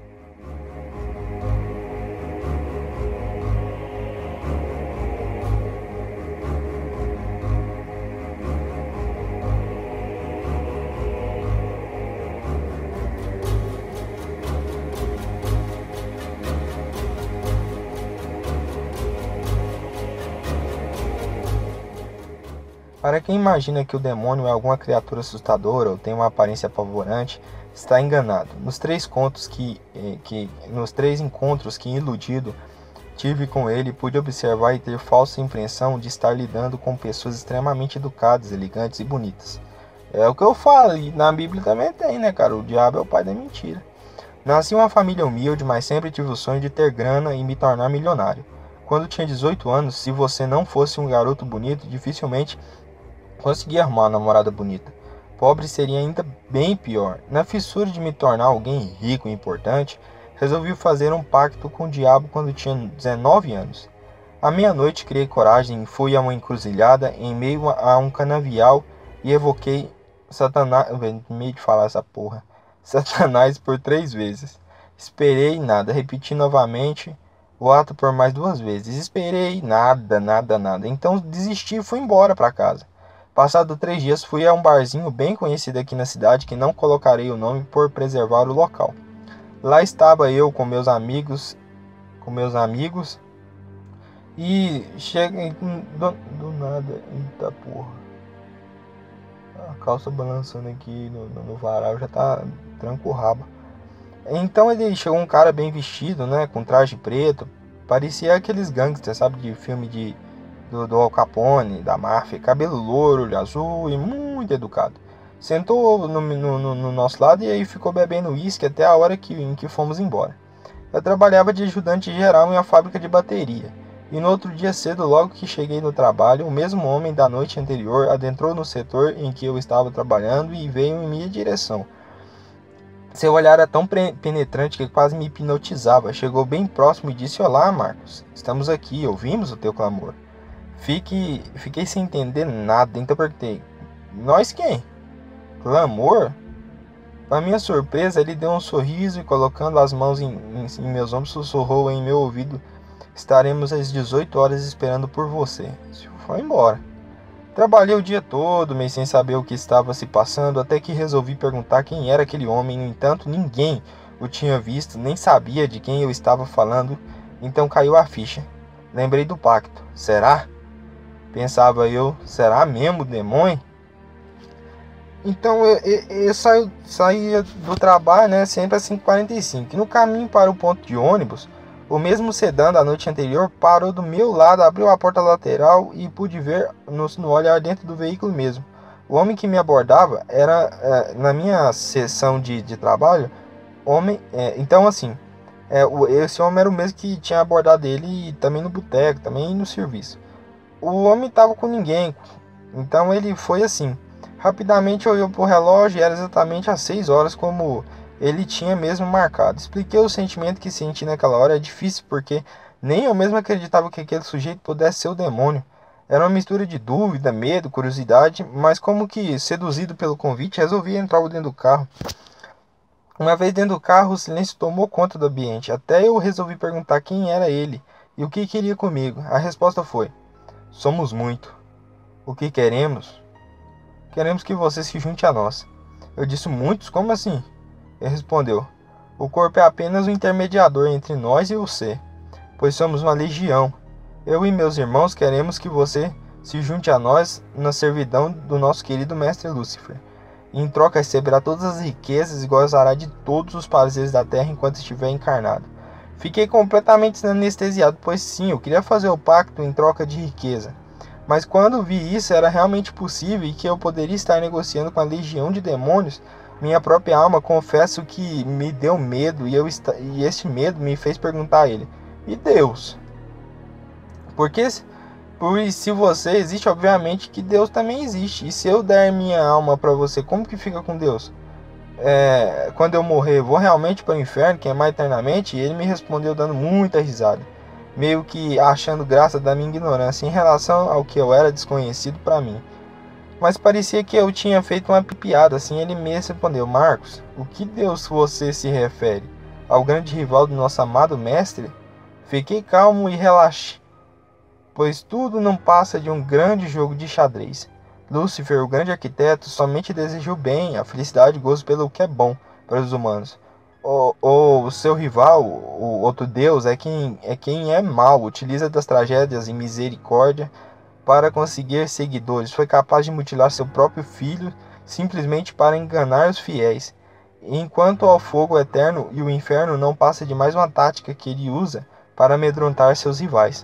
Para quem imagina que o demônio é alguma criatura assustadora ou tem uma aparência apavorante, está enganado. Nos três contos que, que nos três encontros que, iludido, tive com ele, pude observar e ter falsa impressão de estar lidando com pessoas extremamente educadas, elegantes e bonitas. É o que eu falo, e na Bíblia também tem, né, cara? O diabo é o pai da mentira. Nasci em uma família humilde, mas sempre tive o sonho de ter grana e me tornar milionário. Quando tinha dezoito anos, se você não fosse um garoto bonito, dificilmente consegui arrumar uma namorada bonita. Pobre seria ainda bem pior. Na fissura de me tornar alguém rico e importante, resolvi fazer um pacto com o diabo quando tinha dezenove anos. À meia-noite criei coragem e fui a uma encruzilhada em meio a um canavial e evoquei Satanás... meio de falar essa porra. Satanás por três vezes. Esperei nada. Repeti novamente o ato por mais duas vezes. Esperei nada, nada, nada. Então desisti e fui embora para casa. Passado três dias, fui a um barzinho bem conhecido aqui na cidade, que não colocarei o nome por preservar o local. Lá estava eu com meus amigos, com meus amigos, e cheguei do, do nada, eita porra, a calça balançando aqui no, no, no varal já tá tranco o rabo. Então ele chegou um cara bem vestido, né, com traje preto, parecia aqueles gangsters, sabe, de filme de Do, do Al Capone, da máfia, cabelo louro, olho azul e muito educado. Sentou no, no, no nosso lado e aí ficou bebendo uísque até a hora que, em que fomos embora. Eu trabalhava de ajudante geral em uma fábrica de bateria. E no outro dia cedo, logo que cheguei no trabalho, o mesmo homem da noite anterior adentrou no setor em que eu estava trabalhando e veio em minha direção. Seu olhar era tão penetrante que quase me hipnotizava. Chegou bem próximo e disse: "Olá, Marcos. Estamos aqui, ouvimos o teu clamor." Fique, fiquei sem entender nada, então perguntei: "Nós quem?" "Clamor?" Para minha surpresa, ele deu um sorriso e, colocando as mãos em, em, em meus ombros, sussurrou em meu ouvido: "Estaremos às dezoito horas esperando por você." Foi embora. Trabalhei o dia todo, meio sem saber o que estava se passando, até que resolvi perguntar quem era aquele homem. No entanto, ninguém o tinha visto, nem sabia de quem eu estava falando, então caiu a ficha. Lembrei do pacto. Será? Pensava eu, será mesmo o demônio? Então eu, eu, eu saio, saía do trabalho, né, sempre às cinco e quarenta e cinco. E no caminho para o ponto de ônibus, o mesmo sedã da noite anterior parou do meu lado, abriu a porta lateral e pude ver no, no olhar dentro do veículo mesmo. O homem que me abordava era, é, na minha sessão de, de trabalho, homem. É, então assim, é, o, esse homem era o mesmo que tinha abordado ele também no boteco, também no serviço. O homem estava com ninguém, então ele foi assim. Rapidamente olhou para o relógio e era exatamente às seis horas, como ele tinha mesmo marcado. Expliquei o sentimento que senti naquela hora. É difícil porque nem eu mesmo acreditava que aquele sujeito pudesse ser o demônio. Era uma mistura de dúvida, medo, curiosidade, mas como que seduzido pelo convite, resolvi entrar dentro do carro. Uma vez dentro do carro, o silêncio tomou conta do ambiente. Até eu resolvi perguntar quem era ele e o que queria comigo. A resposta foi: "Somos muito. O que queremos? Queremos que você se junte a nós." Eu disse: "Muitos? Como assim?" Ele respondeu: "O corpo é apenas o intermediador entre nós e você, pois somos uma legião. Eu e meus irmãos queremos que você se junte a nós na servidão do nosso querido mestre Lúcifer. Em troca receberá todas as riquezas e gozará de todos os prazeres da terra enquanto estiver encarnado." Fiquei completamente anestesiado, pois sim, eu queria fazer o pacto em troca de riqueza. Mas quando vi isso, era realmente possível e que eu poderia estar negociando com a legião de demônios, minha própria alma, confesso que me deu medo, e, eu est... e este medo me fez perguntar a ele: "E Deus?" Porque Pois se você existe, obviamente que Deus também existe. E se eu der minha alma para você, como que fica com Deus? É, quando eu morrer, vou realmente para o inferno, queimar eternamente? E ele me respondeu dando muita risada, meio que achando graça da minha ignorância em relação ao que eu era desconhecido para mim. Mas parecia que eu tinha feito uma piada, assim ele me respondeu: Marcos, o que Deus você se refere? Ao grande rival do nosso amado mestre? Fiquei calmo e relaxei, pois tudo não passa de um grande jogo de xadrez. Lúcifer, o grande arquiteto, somente deseja o bem, a felicidade e gozo pelo que é bom para os humanos. O, o, o seu rival, o outro Deus, é quem é, quem é mau, utiliza das tragédias e misericórdia para conseguir seguidores. Foi capaz de mutilar seu próprio filho simplesmente para enganar os fiéis. Enquanto ao fogo eterno e o inferno não passa de mais uma tática que ele usa para amedrontar seus rivais.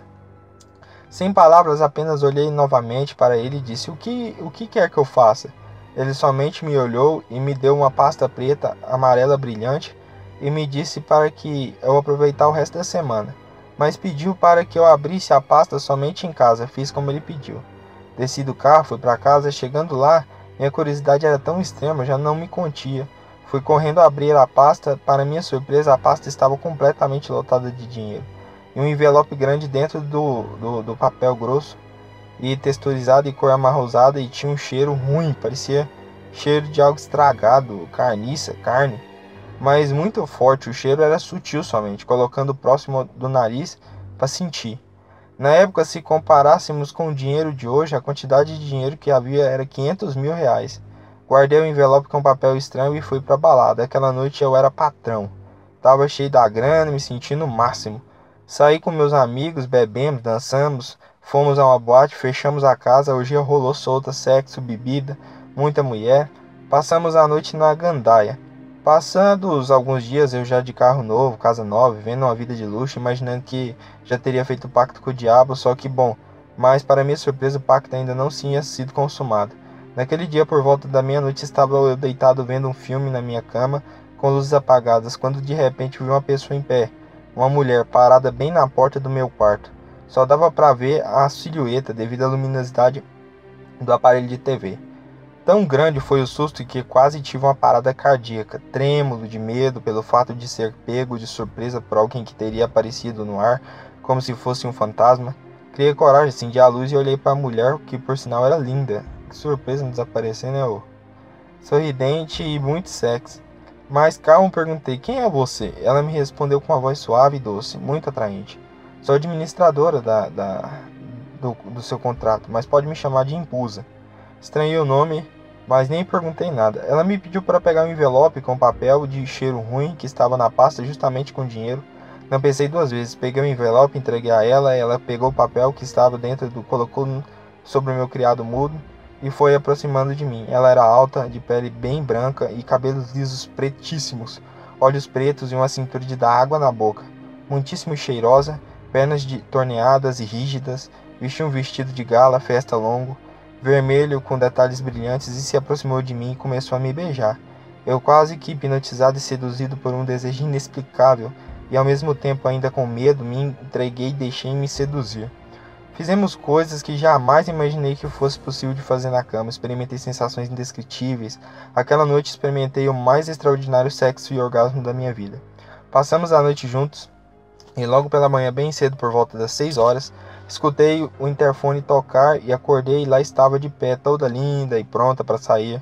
Sem palavras, apenas olhei novamente para ele e disse: o que, o que quer que eu faça? Ele somente me olhou e me deu uma pasta preta, amarela brilhante, e me disse para que eu aproveitar o resto da semana, mas pediu para que eu abrisse a pasta somente em casa. Fiz como ele pediu. Desci do carro, fui para casa. Chegando lá, minha curiosidade era tão extrema, já não me contia. Fui correndo abrir a pasta. Para minha surpresa, a pasta estava completamente lotada de dinheiro, e um envelope grande dentro do, do, do papel grosso e texturizado e cor amarrosada, e tinha um cheiro ruim, parecia cheiro de algo estragado, carniça, carne, mas muito forte. O cheiro era sutil somente, colocando próximo do nariz para sentir. Na época, se comparássemos com o dinheiro de hoje, a quantidade de dinheiro que havia era quinhentos mil reais. Guardei o envelope com papel estranho e fui para a balada. Aquela noite eu era patrão, estava cheio da grana, me sentindo o máximo. Saí com meus amigos, bebemos, dançamos, fomos a uma boate, fechamos a casa. A orgia rolou solta, sexo, bebida, muita mulher. Passamos a noite na gandaia. Passados alguns dias, eu já de carro novo, casa nova, vivendo uma vida de luxo, imaginando que já teria feito pacto com o diabo, só que bom, mas para minha surpresa o pacto ainda não tinha sido consumado. Naquele dia, por volta da meia-noite, estava eu deitado vendo um filme na minha cama, com luzes apagadas, quando de repente vi uma pessoa em pé. Uma mulher parada bem na porta do meu quarto. Só dava para ver a silhueta devido à luminosidade do aparelho de T V. Tão grande foi o susto que quase tive uma parada cardíaca, trêmulo de medo pelo fato de ser pego de surpresa por alguém que teria aparecido no ar, como se fosse um fantasma. Criei coragem, acendi a luz e olhei para a mulher, que por sinal era linda. Que surpresa não desaparecer, né, ô? Sorridente e muito sexy. Mas calmo, perguntei: quem é você? Ela me respondeu com uma voz suave e doce, muito atraente. Sou administradora da, da, do, do seu contrato, mas pode me chamar de Impulsa. Estranhei o nome, mas nem perguntei nada. Ela me pediu para pegar um envelope com papel de cheiro ruim que estava na pasta justamente com dinheiro. Não pensei duas vezes, peguei o envelope, entreguei a ela. Ela pegou o papel que estava dentro do, colocou sobre o meu criado mudo e foi aproximando de mim. Ela era alta, de pele bem branca e cabelos lisos pretíssimos, olhos pretos e uma cintura de dar água na boca. Muitíssimo cheirosa, pernas de torneadas e rígidas, vestia um vestido de gala, festa longo, vermelho com detalhes brilhantes, e se aproximou de mim e começou a me beijar. Eu, quase que hipnotizado e seduzido por um desejo inexplicável e ao mesmo tempo ainda com medo, me entreguei e deixei-me seduzir. Fizemos coisas que jamais imaginei que fosse possível de fazer na cama. Experimentei sensações indescritíveis. Aquela noite experimentei o mais extraordinário sexo e orgasmo da minha vida. Passamos a noite juntos e logo pela manhã, bem cedo, por volta das seis horas, escutei o interfone tocar e acordei, e lá estava de pé, toda linda e pronta para sair.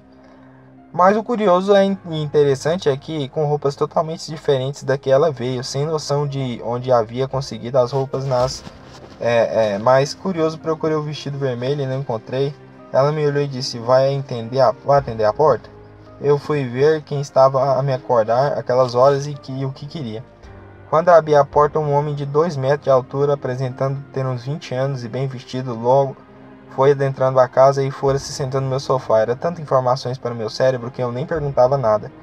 Mas o curioso e interessante é que com roupas totalmente diferentes da que ela veio, sem noção de onde havia conseguido as roupas nas... É, é, mas curioso, procurei o vestido vermelho e não encontrei. Ela me olhou e disse: vai, entender a, vai atender a porta? Eu fui ver quem estava a me acordar aquelas horas e que, o que queria. Quando abri a porta, um homem de dois metros de altura, apresentando ter uns vinte anos e bem vestido, logo foi adentrando a casa e fora se sentando no meu sofá. Era tanta informações para o meu cérebro que eu nem perguntava nada.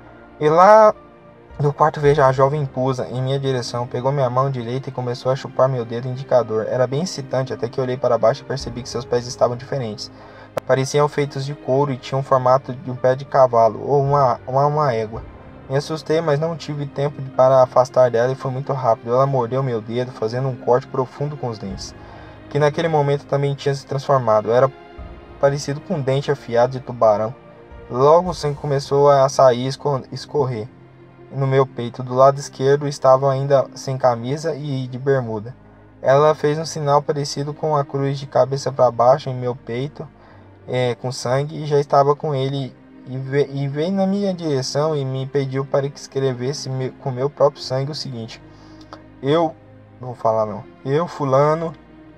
E lá do quarto vejo a jovem Impulsa em minha direção. Pegou minha mão direita e começou a chupar meu dedo indicador. Era bem excitante, até que olhei para baixo e percebi que seus pés estavam diferentes. Pareciam feitos de couro e tinham o formato de um pé de cavalo ou uma, uma, uma égua. Me assustei, mas não tive tempo para afastar dela e foi muito rápido. Ela mordeu meu dedo, fazendo um corte profundo com os dentes. que naquele momento também tinha se transformado. Era parecido com um dente afiado de tubarão. Logo o sangue começou a sair e escorrer no meu peito. Do lado esquerdo estava ainda sem camisa e de bermuda. Ela fez um sinal parecido com a cruz de cabeça para baixo em meu peito, é, com sangue, e já estava com ele e, ve e veio na minha direção e me pediu para que escrevesse me com meu próprio sangue o seguinte: Eu, não vou falar não, eu, fulano,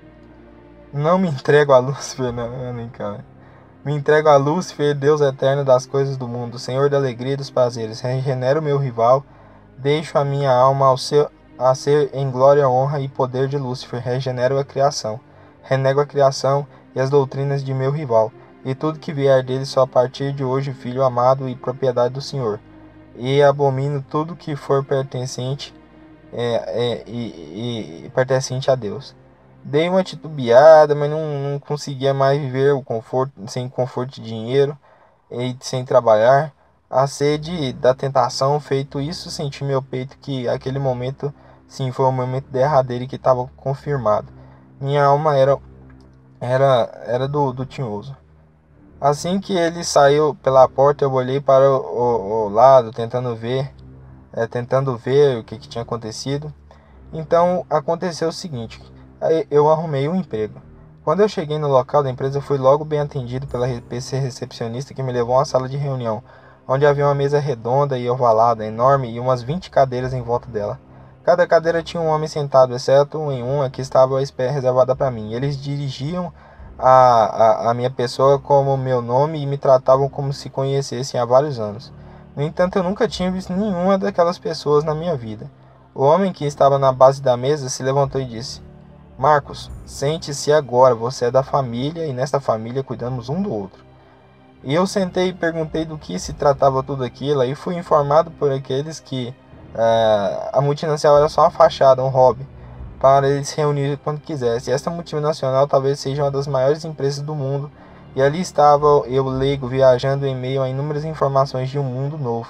não me entrego a Lúcifer, não, nem cara. Me entrego a Lúcifer, Deus eterno das coisas do mundo, Senhor da alegria e dos prazeres. Regenero o meu rival, deixo a minha alma ao seu, a ser em glória, honra e poder de Lúcifer. Regenero a criação, renego a criação e as doutrinas de meu rival, e tudo que vier dele só a partir de hoje, filho amado e propriedade do Senhor. E abomino tudo que for pertencente, é, é, e, e, pertencente a Deus. Dei uma titubeada, mas não, não conseguia mais viver o conforto, sem conforto de dinheiro e sem trabalhar. A sede da tentação, feito isso, senti meu peito que aquele momento, sim, foi o momento derradeiro e que estava confirmado. Minha alma era, era, era do, do tinhoso. Assim que ele saiu pela porta, eu olhei para o, o, o lado, tentando ver, é, tentando ver o que, que tinha acontecido. Então aconteceu o seguinte: eu arrumei um emprego. Quando eu cheguei no local da empresa, fui logo bem atendido pela P C recepcionista, que me levou a uma sala de reunião, onde havia uma mesa redonda e ovalada, enorme, e umas vinte cadeiras em volta dela. Cada cadeira tinha um homem sentado, exceto em uma que estava reservada para mim. Eles dirigiam a, a, a minha pessoa como meu nome e me tratavam como se conhecessem há vários anos. No entanto, eu nunca tinha visto nenhuma daquelas pessoas na minha vida. O homem que estava na base da mesa se levantou e disse: Marcos, sente-se agora, você é da família e nesta família cuidamos um do outro. E eu sentei e perguntei do que se tratava tudo aquilo, e fui informado por aqueles que uh, a multinacional era só uma fachada, um hobby, para eles se reunirem quando quisessem. Esta multinacional talvez seja uma das maiores empresas do mundo, e ali estava eu leigo viajando em meio a inúmeras informações de um mundo novo.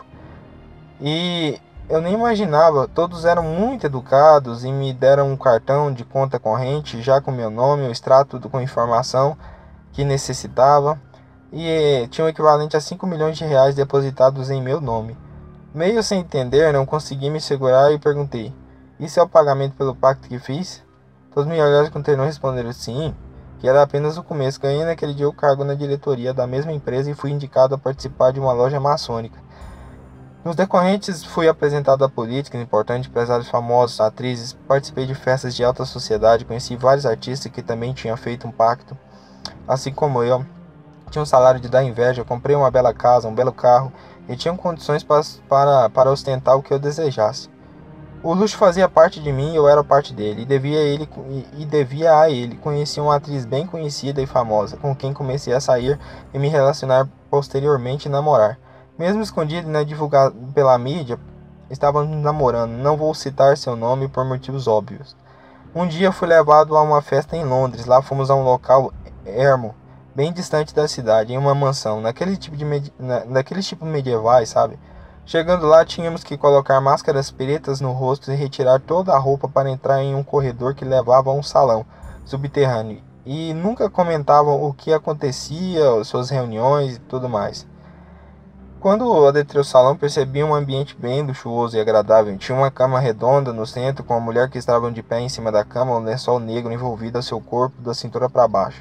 E eu nem imaginava, todos eram muito educados e me deram um cartão de conta corrente, já com meu nome, o extrato com informação que necessitava, e tinha o equivalente a cinco milhões de reais depositados em meu nome. Meio sem entender, não consegui me segurar e perguntei: isso é o pagamento pelo pacto que fiz? Todos me olharam com ternura e responderam sim, que era apenas o começo. Ganhei naquele dia o cargo na diretoria da mesma empresa e fui indicado a participar de uma loja maçônica. Nos decorrentes, fui apresentado a políticos importantes, empresários famosos, atrizes, participei de festas de alta sociedade, conheci vários artistas que também tinham feito um pacto, assim como eu. Tinha um salário de dar inveja, comprei uma bela casa, um belo carro e tinha condições para, para, para ostentar o que eu desejasse. O luxo fazia parte de mim e eu era parte dele, e devia, ele, e, e devia a ele. Conheci uma atriz bem conhecida e famosa, com quem comecei a sair e me relacionar, posteriormente namorar. Mesmo escondido e não divulgado pela mídia, estávamos namorando. Não vou citar seu nome por motivos óbvios. Um dia fui levado a uma festa em Londres. Lá fomos a um local ermo, bem distante da cidade, em uma mansão, naquele tipo de med... Na... naqueles tipos medievais, sabe? Chegando lá, tínhamos que colocar máscaras pretas no rosto e retirar toda a roupa para entrar em um corredor que levava a um salão subterrâneo. E nunca comentavam o que acontecia, suas reuniões e tudo mais. Quando adentrei o salão, percebi um ambiente bem luxuoso e agradável. Tinha uma cama redonda no centro, com a mulher que estava de pé em cima da cama, um lençol negro envolvido a seu corpo da cintura para baixo.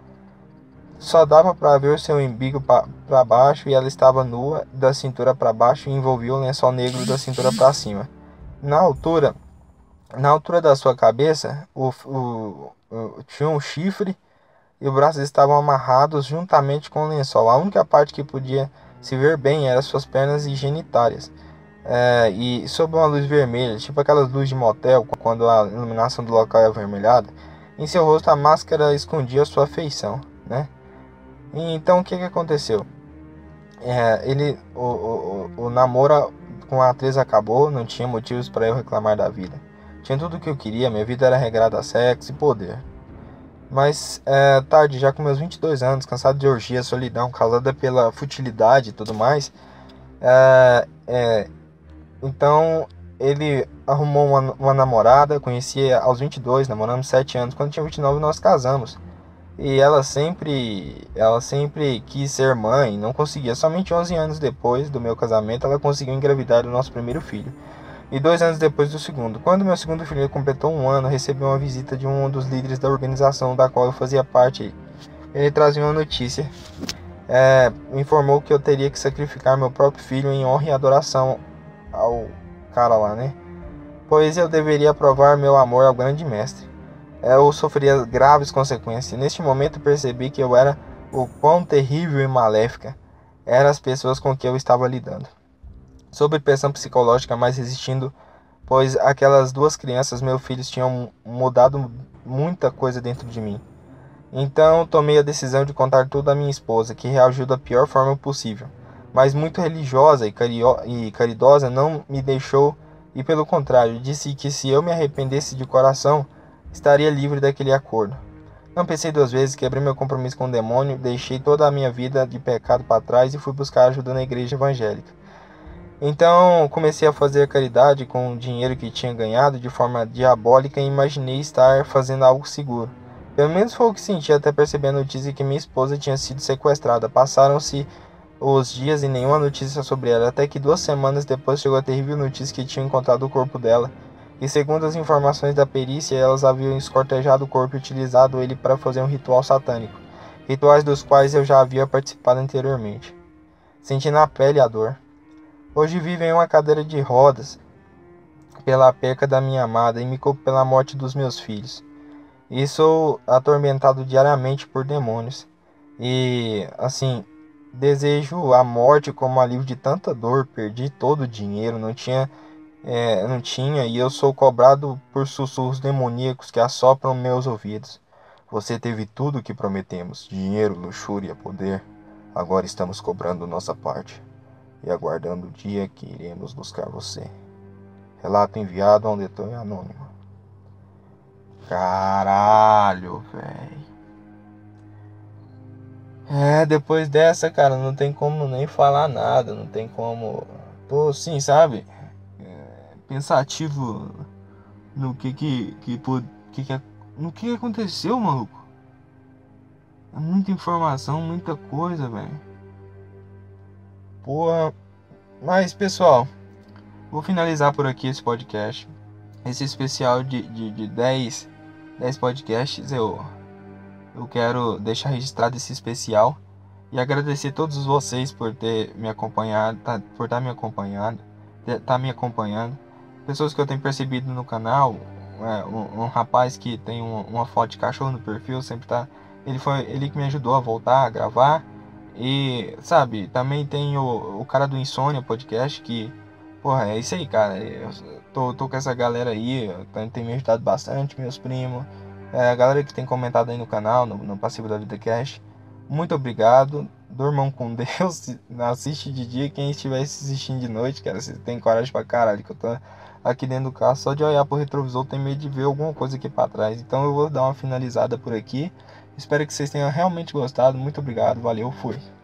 Só dava para ver o seu umbigo para baixo, e ela estava nua da cintura para baixo e envolvia o lençol negro da cintura para cima. Na altura, na altura da sua cabeça, o, o, o, tinha um chifre e os braços estavam amarrados juntamente com o lençol. A única parte que podia se ver bem eram suas pernas e genitárias. É, e sob uma luz vermelha, tipo aquelas luzes de motel, quando a iluminação do local é avermelhada, em seu rosto a máscara escondia sua feição, né? E então o que, que aconteceu? É, ele, o, o, o, o namoro com a atriz acabou, não tinha motivos para eu reclamar da vida. Tinha tudo o que eu queria, minha vida era regrada a sexo e poder. Mas é, tarde, já com meus vinte e dois anos, cansado de orgia, solidão, causada pela futilidade e tudo mais, é, é, então ele arrumou uma, uma namorada, conheci aos vinte e dois, namoramos sete anos. Quando tinha vinte e nove nós casamos. E ela sempre, ela sempre quis ser mãe, não conseguia. Somente onze anos depois do meu casamento ela conseguiu engravidar do nosso primeiro filho. E dois anos depois do segundo. Quando meu segundo filho completou um ano, recebi uma visita de um dos líderes da organização da qual eu fazia parte. Ele trazia uma notícia. É, informou que eu teria que sacrificar meu próprio filho em honra e adoração ao cara lá, né? Pois eu deveria provar meu amor ao grande mestre. Eu sofria graves consequências. Neste momento percebi que eu era o quão terrível e maléfica eram as pessoas com que eu estava lidando. Sob pressão psicológica, mas resistindo, pois aquelas duas crianças, meus filhos, tinham mudado muita coisa dentro de mim. Então tomei a decisão de contar tudo à minha esposa, que reagiu da pior forma possível, mas muito religiosa e, cario- e caridosa, não me deixou, e pelo contrário, disse que se eu me arrependesse de coração, estaria livre daquele acordo. Não pensei duas vezes, quebrei meu compromisso com o demônio, deixei toda a minha vida de pecado para trás e fui buscar ajuda na igreja evangélica. Então comecei a fazer caridade com o dinheiro que tinha ganhado de forma diabólica e imaginei estar fazendo algo seguro. Pelo menos foi o que senti até perceber a notícia que minha esposa tinha sido sequestrada. Passaram-se os dias e nenhuma notícia sobre ela, até que duas semanas depois chegou a terrível notícia que tinham encontrado o corpo dela. E segundo as informações da perícia, elas haviam escortejado o corpo e utilizado ele para fazer um ritual satânico, rituais dos quais eu já havia participado anteriormente. Senti na pele a dor. Hoje vivo em uma cadeira de rodas pela perca da minha amada e me culpo pela morte dos meus filhos. E sou atormentado diariamente por demônios. E, assim, desejo a morte como alívio de tanta dor. Perdi todo o dinheiro, não tinha... É, não tinha, e eu sou cobrado por sussurros demoníacos que assopram meus ouvidos. Você teve tudo o que prometemos, dinheiro, luxúria, poder. Agora estamos cobrando nossa parte e aguardando o dia que iremos buscar você. Relato enviado a um leitor anônimo. Caralho, velho. É, depois dessa, cara, não tem como nem falar nada, não tem como... Tô assim, sabe? Pensativo no que que, que, que, que no que aconteceu, maluco. É muita informação, muita coisa, velho. Porra. Mas, pessoal, vou finalizar por aqui esse podcast. Esse especial de, de, de dez, dez podcasts. Eu, eu quero deixar registrado esse especial e agradecer a todos vocês por ter me acompanhado, tá, por estar me acompanhando, tá me acompanhando. Pessoas que eu tenho percebido no canal, é, um, um rapaz que tem um, uma foto de cachorro no perfil, sempre tá, ele foi ele que me ajudou a voltar a gravar. E, sabe, também tem o, o cara do Insônia Podcast, que, porra, é isso aí, cara, eu tô, tô com essa galera aí, tem, tem me ajudado bastante, meus primos, é, a galera que tem comentado aí no canal, no, no Passivo da Vida Cast, muito obrigado. Dormam com Deus, assiste de dia, quem estiver assistindo de noite, cara, você tem coragem pra caralho, que eu tô aqui dentro do carro, só de olhar pro retrovisor tem medo de ver alguma coisa aqui pra trás. Então eu vou dar uma finalizada por aqui, espero que vocês tenham realmente gostado, muito obrigado, valeu, fui.